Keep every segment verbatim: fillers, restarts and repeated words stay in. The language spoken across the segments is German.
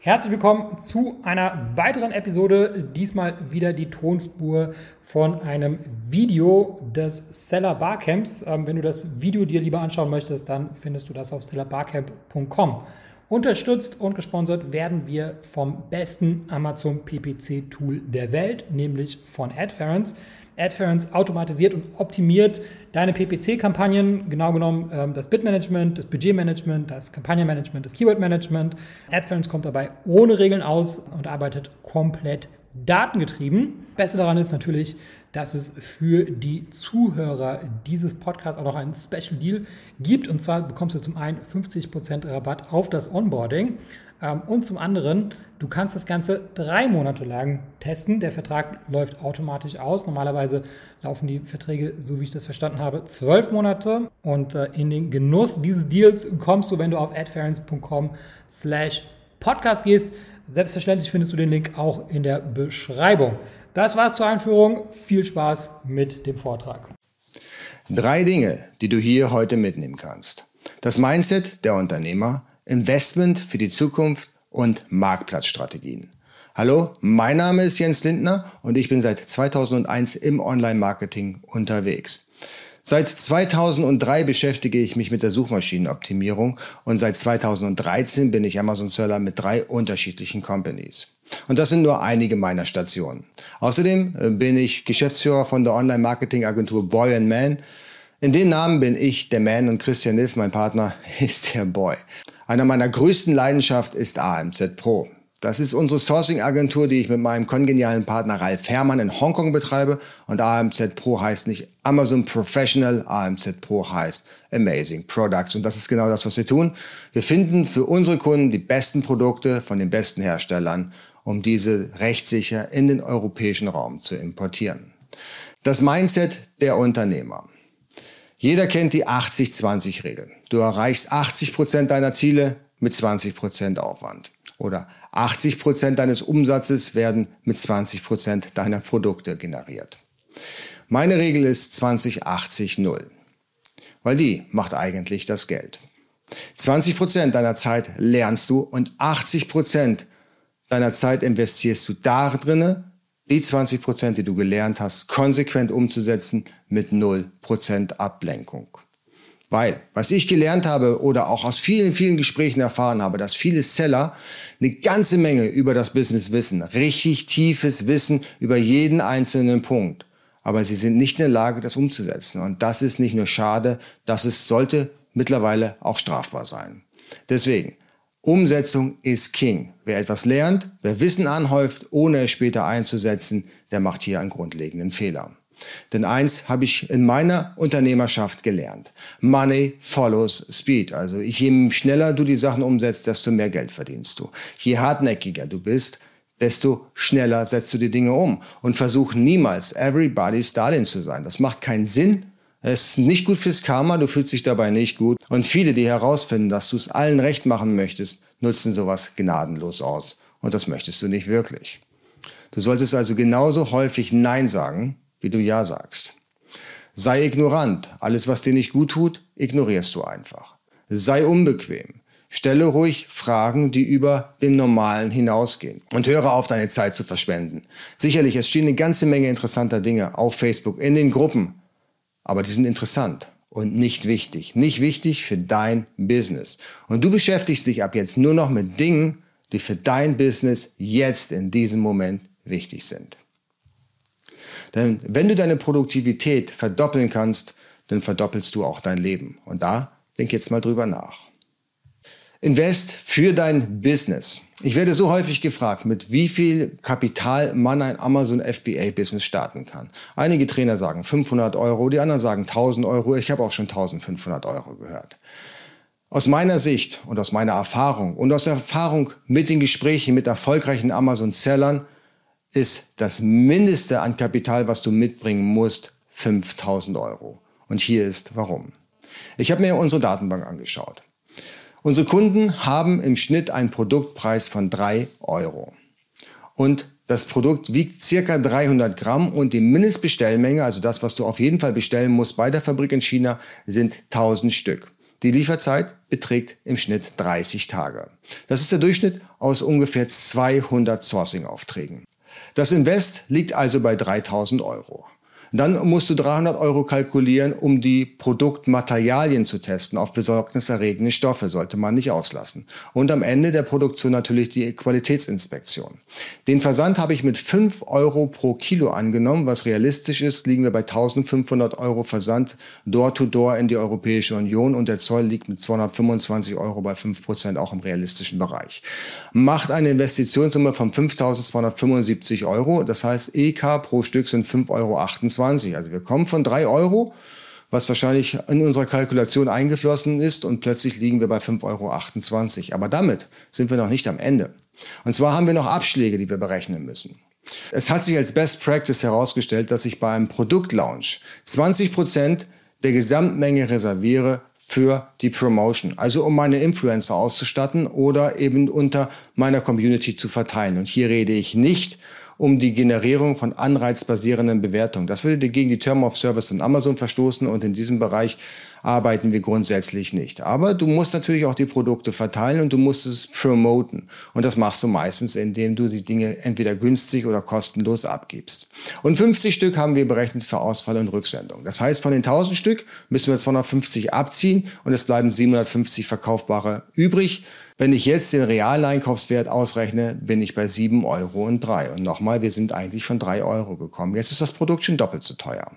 Herzlich willkommen zu einer weiteren Episode, diesmal wieder die Tonspur von einem Video des Seller Barcamps. Ähm, wenn du das Video dir lieber anschauen möchtest, dann findest du das auf seller barcamp punkt com. Unterstützt und gesponsert werden wir vom besten Amazon P P C-Tool der Welt, nämlich von Adference. Adference automatisiert und optimiert deine P P C-Kampagnen, genau genommen ähm, das Bid-Management, das Budgetmanagement, das Kampagnenmanagement, das Keyword-Management. Adference kommt dabei ohne Regeln aus und arbeitet komplett datengetrieben. Das Beste daran ist natürlich, dass es für die Zuhörer dieses Podcasts auch noch einen Special Deal gibt. Und zwar bekommst du zum einen fünfzig Prozent Rabatt auf das Onboarding ähm, und zum anderen, du kannst das Ganze drei Monate lang testen. Der Vertrag läuft automatisch aus. Normalerweise laufen die Verträge, so wie ich das verstanden habe, zwölf Monate. Und äh, in den Genuss dieses Deals kommst du, wenn du auf adference punkt com slash podcast gehst. Selbstverständlich findest du den Link auch in der Beschreibung. Das war's zur Einführung. Viel Spaß mit dem Vortrag. Drei Dinge, die du hier heute mitnehmen kannst. Das Mindset der Unternehmer, Investment für die Zukunft und Marktplatzstrategien. Hallo, mein Name ist Jens Lindner und ich bin seit zweitausendeins im Online-Marketing unterwegs. Seit zweitausenddrei beschäftige ich mich mit der Suchmaschinenoptimierung und seit zweitausenddreizehn bin ich Amazon-Seller mit drei unterschiedlichen Companies. Und das sind nur einige meiner Stationen. Außerdem bin ich Geschäftsführer von der Online-Marketing-Agentur Boy and Man. In den Namen bin ich der Man und Christian Nilf, mein Partner, ist der Boy. Einer meiner größten Leidenschaften ist A M Z Pro. Das ist unsere Sourcing-Agentur, die ich mit meinem kongenialen Partner Ralf Herrmann in Hongkong betreibe. Und A M Z Pro heißt nicht Amazon Professional, A M Z Pro heißt Amazing Products. Und das ist genau das, was wir tun. Wir finden für unsere Kunden die besten Produkte von den besten Herstellern, um diese rechtssicher in den europäischen Raum zu importieren. Das Mindset der Unternehmer. Jeder kennt die achtzig zwanzig Regel. Du erreichst achtzig Prozent deiner Ziele mit zwanzig Prozent Aufwand. Oder achtzig Prozent deines Umsatzes werden mit zwanzig Prozent deiner Produkte generiert. Meine Regel ist zwanzig achtzig null, weil die macht eigentlich das Geld. zwanzig Prozent deiner Zeit lernst du und achtzig Prozent deiner Zeit investierst du da drinne, die zwanzig Prozent, die du gelernt hast, konsequent umzusetzen mit null Prozent Ablenkung. Weil, was ich gelernt habe oder auch aus vielen, vielen Gesprächen erfahren habe, dass viele Seller eine ganze Menge über das Business wissen, richtig tiefes Wissen über jeden einzelnen Punkt. Aber sie sind nicht in der Lage, das umzusetzen. Und das ist nicht nur schade, das ist, sollte mittlerweile auch strafbar sein. Deswegen, Umsetzung ist King. Wer etwas lernt, wer Wissen anhäuft, ohne es später einzusetzen, der macht hier einen grundlegenden Fehler. Denn eins habe ich in meiner Unternehmerschaft gelernt. Money follows speed. Also je schneller du die Sachen umsetzt, desto mehr Geld verdienst du. Je hartnäckiger du bist, desto schneller setzt du die Dinge um. Und versuch niemals everybody's darling zu sein. Das macht keinen Sinn. Es ist nicht gut fürs Karma, du fühlst dich dabei nicht gut. Und viele, die herausfinden, dass du es allen recht machen möchtest, nutzen sowas gnadenlos aus. Und das möchtest du nicht wirklich. Du solltest also genauso häufig Nein sagen, wie du Ja sagst. Sei ignorant. Alles, was dir nicht gut tut, ignorierst du einfach. Sei unbequem. Stelle ruhig Fragen, die über den Normalen hinausgehen. Und höre auf, deine Zeit zu verschwenden. Sicherlich, es stehen eine ganze Menge interessanter Dinge auf Facebook, in den Gruppen. Aber die sind interessant und nicht wichtig. Nicht wichtig für dein Business. Und du beschäftigst dich ab jetzt nur noch mit Dingen, die für dein Business jetzt in diesem Moment wichtig sind. Denn wenn du deine Produktivität verdoppeln kannst, dann verdoppelst du auch dein Leben. Und da denk jetzt mal drüber nach. Invest für dein Business. Ich werde so häufig gefragt, mit wie viel Kapital man ein Amazon F B A-Business starten kann. Einige Trainer sagen fünfhundert Euro, die anderen sagen tausend Euro. Ich habe auch schon eintausendfünfhundert Euro gehört. Aus meiner Sicht und aus meiner Erfahrung und aus der Erfahrung mit den Gesprächen mit erfolgreichen Amazon-Sellern ist das Mindeste an Kapital, was du mitbringen musst, fünftausend Euro. Und hier ist warum. Ich habe mir unsere Datenbank angeschaut. Unsere Kunden haben im Schnitt einen Produktpreis von drei Euro. Und das Produkt wiegt circa dreihundert Gramm und die Mindestbestellmenge, also das, was du auf jeden Fall bestellen musst bei der Fabrik in China, sind tausend Stück. Die Lieferzeit beträgt im Schnitt dreißig Tage. Das ist der Durchschnitt aus ungefähr zweihundert Sourcing-Aufträgen. Das Invest liegt also bei dreitausend Euro. Dann musst du dreihundert Euro kalkulieren, um die Produktmaterialien zu testen auf besorgniserregende Stoffe, sollte man nicht auslassen. Und am Ende der Produktion natürlich die Qualitätsinspektion. Den Versand habe ich mit fünf Euro pro Kilo angenommen, was realistisch ist, liegen wir bei eintausendfünfhundert Euro Versand Door-to-Door in die Europäische Union und der Zoll liegt mit zweihundertfünfundzwanzig Euro bei fünf Prozent auch im realistischen Bereich. Macht eine Investitionssumme von fünftausendzweihundertfünfundsiebzig Euro, das heißt E K pro Stück sind fünf Euro achtundzwanzig. Also wir kommen von drei Euro, was wahrscheinlich in unserer Kalkulation eingeflossen ist und plötzlich liegen wir bei fünf Euro achtundzwanzig. Aber damit sind wir noch nicht am Ende. Und zwar haben wir noch Abschläge, die wir berechnen müssen. Es hat sich als Best Practice herausgestellt, dass ich bei einem Produktlaunch zwanzig Prozent der Gesamtmenge reserviere für die Promotion, also um meine Influencer auszustatten oder eben unter meiner Community zu verteilen. Und hier rede ich nicht um die Generierung von anreizbasierenden Bewertungen. Das würde gegen die Term of Service und Amazon verstoßen und in diesem Bereich arbeiten wir grundsätzlich nicht. Aber du musst natürlich auch die Produkte verteilen und du musst es promoten. Und das machst du meistens, indem du die Dinge entweder günstig oder kostenlos abgibst. Und fünfzig Stück haben wir berechnet für Ausfall und Rücksendung. Das heißt, von den tausend Stück müssen wir zweihundertfünfzig abziehen und es bleiben siebenhundertfünfzig verkaufbare übrig. Wenn ich jetzt den realen Einkaufswert ausrechne, bin ich bei sieben Euro und drei. Und nochmal, wir sind eigentlich von drei Euro gekommen. Jetzt ist das Produkt schon doppelt so teuer.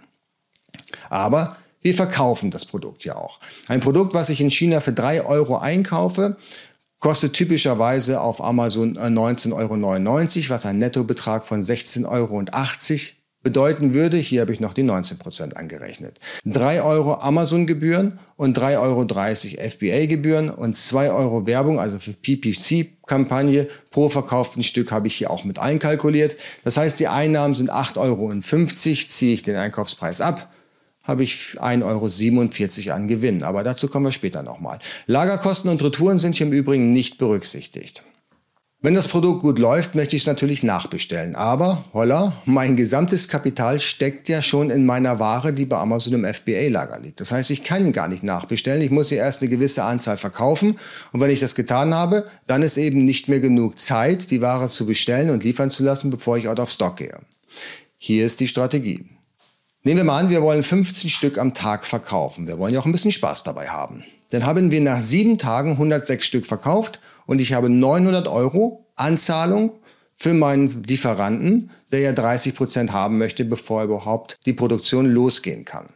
Aber wir verkaufen das Produkt ja auch. Ein Produkt, was ich in China für drei Euro einkaufe, kostet typischerweise auf Amazon neunzehn Euro neunundneunzig, was ein Nettobetrag von sechzehn Euro achtzig bedeuten würde. Hier habe ich noch die neunzehn Prozent angerechnet. drei Euro Amazon-Gebühren und drei Euro dreißig F B A-Gebühren und zwei Euro Werbung, also für P P C-Kampagne pro verkauften Stück habe ich hier auch mit einkalkuliert. Das heißt, die Einnahmen sind acht Euro fünfzig, ziehe ich den Einkaufspreis ab, habe ich ein Euro siebenundvierzig an Gewinn. Aber dazu kommen wir später nochmal. Lagerkosten und Retouren sind hier im Übrigen nicht berücksichtigt. Wenn das Produkt gut läuft, möchte ich es natürlich nachbestellen. Aber, holla, mein gesamtes Kapital steckt ja schon in meiner Ware, die bei Amazon im F B A-Lager liegt. Das heißt, ich kann gar nicht nachbestellen. Ich muss hier erst eine gewisse Anzahl verkaufen. Und wenn ich das getan habe, dann ist eben nicht mehr genug Zeit, die Ware zu bestellen und liefern zu lassen, bevor ich out of stock gehe. Hier ist die Strategie. Nehmen wir mal an, wir wollen fünfzehn Stück am Tag verkaufen. Wir wollen ja auch ein bisschen Spaß dabei haben. Dann haben wir nach sieben Tagen hundertsechs Stück verkauft und ich habe neunhundert Euro Anzahlung für meinen Lieferanten, der ja dreißig Prozent haben möchte, bevor überhaupt die Produktion losgehen kann.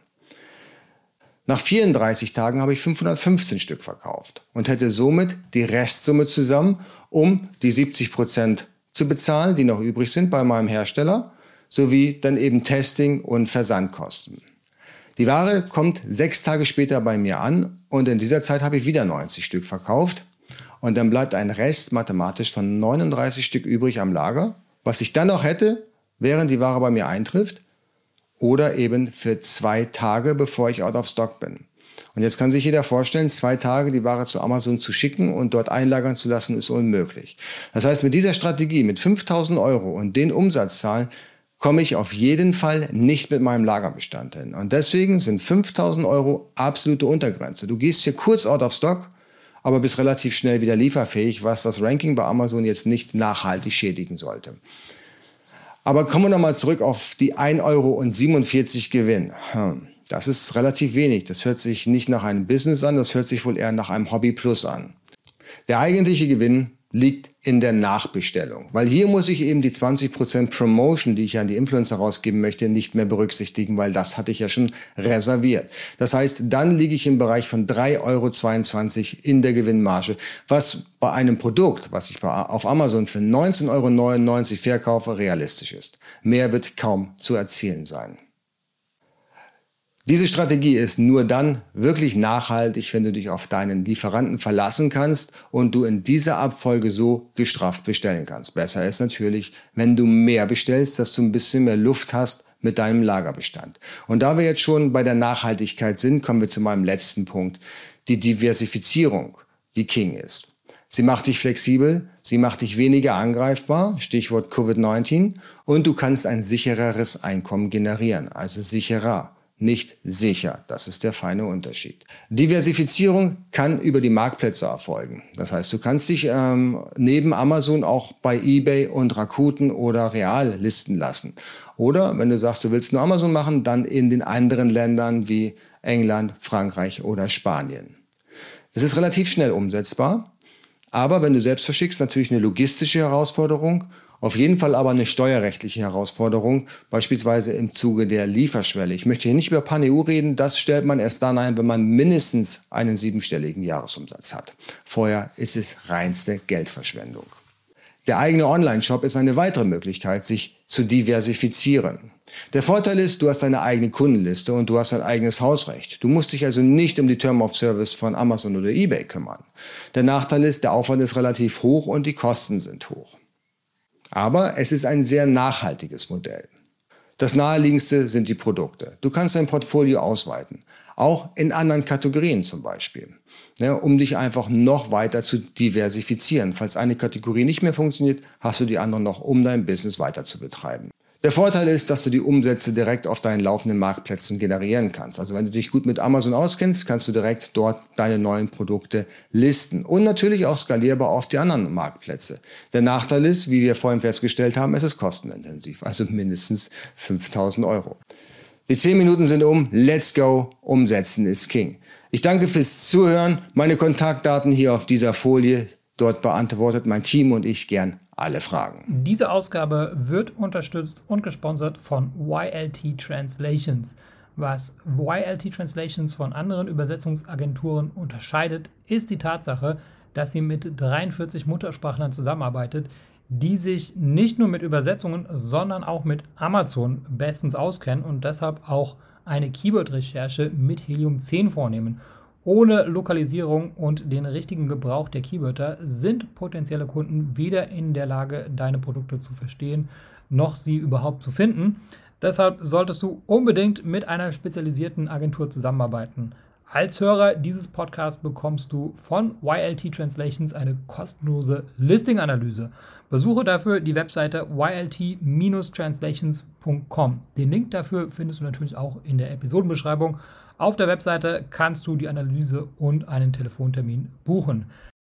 Nach vierunddreißig Tagen habe ich fünfhundertfünfzehn Stück verkauft und hätte somit die Restsumme zusammen, um die siebzig Prozent zu bezahlen, die noch übrig sind bei meinem Hersteller, sowie dann eben Testing und Versandkosten. Die Ware kommt sechs Tage später bei mir an und in dieser Zeit habe ich wieder neunzig Stück verkauft und dann bleibt ein Rest mathematisch von neununddreißig Stück übrig am Lager, was ich dann noch hätte, während die Ware bei mir eintrifft oder eben für zwei Tage, bevor ich out of stock bin. Und jetzt kann sich jeder vorstellen, zwei Tage die Ware zu Amazon zu schicken und dort einlagern zu lassen, ist unmöglich. Das heißt, mit dieser Strategie, mit fünftausend Euro und den Umsatzzahlen, komme ich auf jeden Fall nicht mit meinem Lagerbestand hin. Und deswegen sind fünftausend Euro absolute Untergrenze. Du gehst hier kurz out of stock, aber bist relativ schnell wieder lieferfähig, was das Ranking bei Amazon jetzt nicht nachhaltig schädigen sollte. Aber kommen wir nochmal zurück auf die ein Euro siebenundvierzig Gewinn. Das ist relativ wenig. Das hört sich nicht nach einem Business an, das hört sich wohl eher nach einem Hobby Plus an. Der eigentliche Gewinn liegt in der Nachbestellung. Weil hier muss ich eben die zwanzig Prozent Promotion, die ich an die Influencer rausgeben möchte, nicht mehr berücksichtigen, weil das hatte ich ja schon reserviert. Das heißt, dann liege ich im Bereich von drei Euro zweiundzwanzig in der Gewinnmarge, was bei einem Produkt, was ich auf Amazon für neunzehn Euro neunundneunzig verkaufe, realistisch ist. Mehr wird kaum zu erzielen sein. Diese Strategie ist nur dann wirklich nachhaltig, wenn du dich auf deinen Lieferanten verlassen kannst und du in dieser Abfolge so gestrafft bestellen kannst. Besser ist natürlich, wenn du mehr bestellst, dass du ein bisschen mehr Luft hast mit deinem Lagerbestand. Und da wir jetzt schon bei der Nachhaltigkeit sind, kommen wir zu meinem letzten Punkt. Die Diversifizierung, die King ist. Sie macht dich flexibel, sie macht dich weniger angreifbar, Stichwort Covid neunzehn, und du kannst ein sichereres Einkommen generieren, also sicherer. nicht sicher. Das ist der feine Unterschied. Diversifizierung kann über die Marktplätze erfolgen. Das heißt, du kannst dich ähm, neben Amazon auch bei eBay und Rakuten oder Real listen lassen. Oder wenn du sagst, du willst nur Amazon machen, dann in den anderen Ländern wie England, Frankreich oder Spanien. Das ist relativ schnell umsetzbar. Aber wenn du selbst verschickst, natürlich eine logistische Herausforderung. Auf jeden Fall aber eine steuerrechtliche Herausforderung, beispielsweise im Zuge der Lieferschwelle. Ich möchte hier nicht über P A N E U reden, das stellt man erst dann ein, wenn man mindestens einen siebenstelligen Jahresumsatz hat. Vorher ist es reinste Geldverschwendung. Der eigene Online-Shop ist eine weitere Möglichkeit, sich zu diversifizieren. Der Vorteil ist, du hast deine eigene Kundenliste und du hast dein eigenes Hausrecht. Du musst dich also nicht um die Term of Service von Amazon oder eBay kümmern. Der Nachteil ist, der Aufwand ist relativ hoch und die Kosten sind hoch. Aber es ist ein sehr nachhaltiges Modell. Das naheliegendste sind die Produkte. Du kannst dein Portfolio ausweiten, auch in anderen Kategorien zum Beispiel, ne, um dich einfach noch weiter zu diversifizieren. Falls eine Kategorie nicht mehr funktioniert, hast du die anderen noch, um dein Business weiter zu betreiben. Der Vorteil ist, dass du die Umsätze direkt auf deinen laufenden Marktplätzen generieren kannst. Also wenn du dich gut mit Amazon auskennst, kannst du direkt dort deine neuen Produkte listen und natürlich auch skalierbar auf die anderen Marktplätze. Der Nachteil ist, wie wir vorhin festgestellt haben, es ist kostenintensiv, also mindestens fünftausend Euro. Die zehn Minuten sind um, let's go, umsetzen ist King. Ich danke fürs Zuhören, meine Kontaktdaten hier auf dieser Folie, dort beantwortet mein Team und ich gern alle Fragen. Diese Ausgabe wird unterstützt und gesponsert von Y L T Translations. Was Y L T Translations von anderen Übersetzungsagenturen unterscheidet, ist die Tatsache, dass sie mit dreiundvierzig Muttersprachlern zusammenarbeitet, die sich nicht nur mit Übersetzungen, sondern auch mit Amazon bestens auskennen und deshalb auch eine Keyword-Recherche mit Helium zehn vornehmen. Ohne Lokalisierung und den richtigen Gebrauch der Keywörter sind potenzielle Kunden weder in der Lage, deine Produkte zu verstehen, noch sie überhaupt zu finden. Deshalb solltest du unbedingt mit einer spezialisierten Agentur zusammenarbeiten. Als Hörer dieses Podcasts bekommst du von Y L T Translations eine kostenlose Listing-Analyse. Besuche dafür die Webseite y l t dash translations punkt com. Den Link dafür findest du natürlich auch in der Episodenbeschreibung. Auf der Webseite kannst du die Analyse und einen Telefontermin buchen.